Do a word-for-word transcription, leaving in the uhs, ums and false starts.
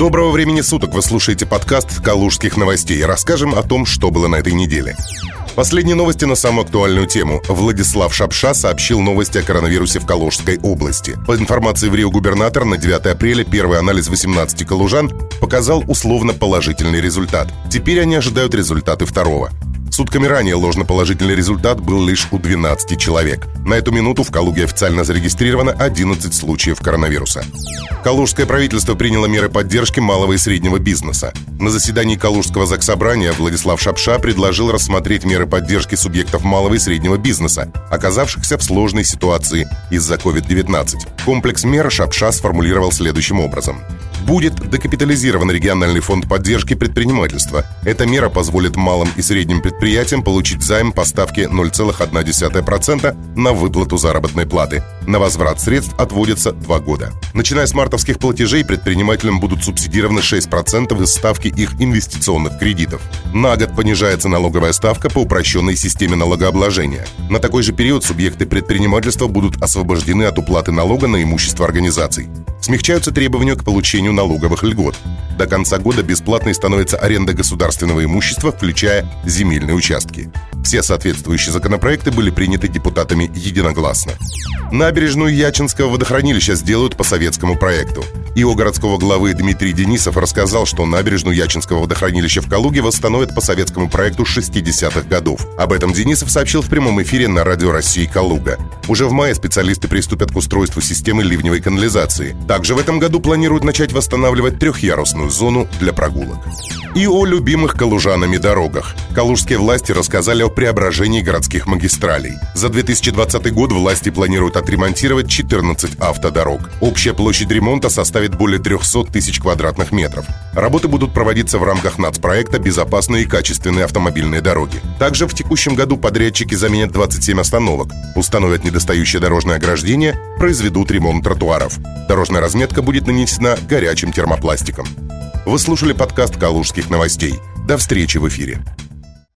Доброго времени суток! Вы слушаете подкаст «Калужских новостей». Расскажем о том, что было на этой неделе. Последние новости на самую актуальную тему. Владислав Шапша сообщил новости о коронавирусе в Калужской области. По информации в Рио губернатора, на девятое апреля первый анализ восемнадцати калужан показал условно положительный результат. Теперь они ожидают результаты второго. Сутками ранее ложноположительный результат был лишь у двенадцати человек. На эту минуту в Калуге официально зарегистрировано одиннадцать случаев коронавируса. Калужское правительство приняло меры поддержки малого и среднего бизнеса. На заседании Калужского заксобрания Владислав Шапша предложил рассмотреть меры поддержки субъектов малого и среднего бизнеса, оказавшихся в сложной ситуации из-за ковид девятнадцать. Комплекс мер Шапша сформулировал следующим образом. Будет декапитализирован региональный фонд поддержки предпринимательства. Эта мера позволит малым и средним предприятиям получить займ по ставке ноль целых одна десятая процента на выплату заработной платы. На возврат средств отводится два года. Начиная с мартовских платежей, предпринимателям будут субсидированы шесть процентов из ставки их инвестиционных кредитов. На год понижается налоговая ставка по упрощенной системе налогообложения. На такой же период субъекты предпринимательства будут освобождены от уплаты налога на имущество организаций. Смягчаются требования к получению налоговых льгот. До конца года бесплатной становится аренда государственного имущества, включая земельные участки. Все соответствующие законопроекты были приняты депутатами единогласно. Набережную Ячинского водохранилища сделают по советскому проекту. ИО городского главы Дмитрий Денисов рассказал, что набережную Ячинского водохранилища в Калуге восстановят по советскому проекту шестидесятых годов. Об этом Денисов сообщил в прямом эфире на Радио России Калуга. Уже в мае специалисты приступят к устройству системы ливневой канализации. Также в этом году планируют начать восстанавливать трехъярусную зону для прогулок. И о любимых калужанами дорогах. Калужские власти рассказали о преображении городских магистралей. За две тысячи двадцатый год власти планируют отремонтировать четырнадцать автодорог. Общая площадь ремонта составит более трехсот тысяч квадратных метров. Работы будут проводиться в рамках нацпроекта «Безопасные и качественные автомобильные дороги». Также в текущем году подрядчики заменят двадцать семь остановок, установят недостающее дорожное ограждение, произведут ремонт тротуаров. Дорожная разметка будет нанесена горячим термопластиком. Вы слушали подкаст «Калужских новостей». До встречи в эфире.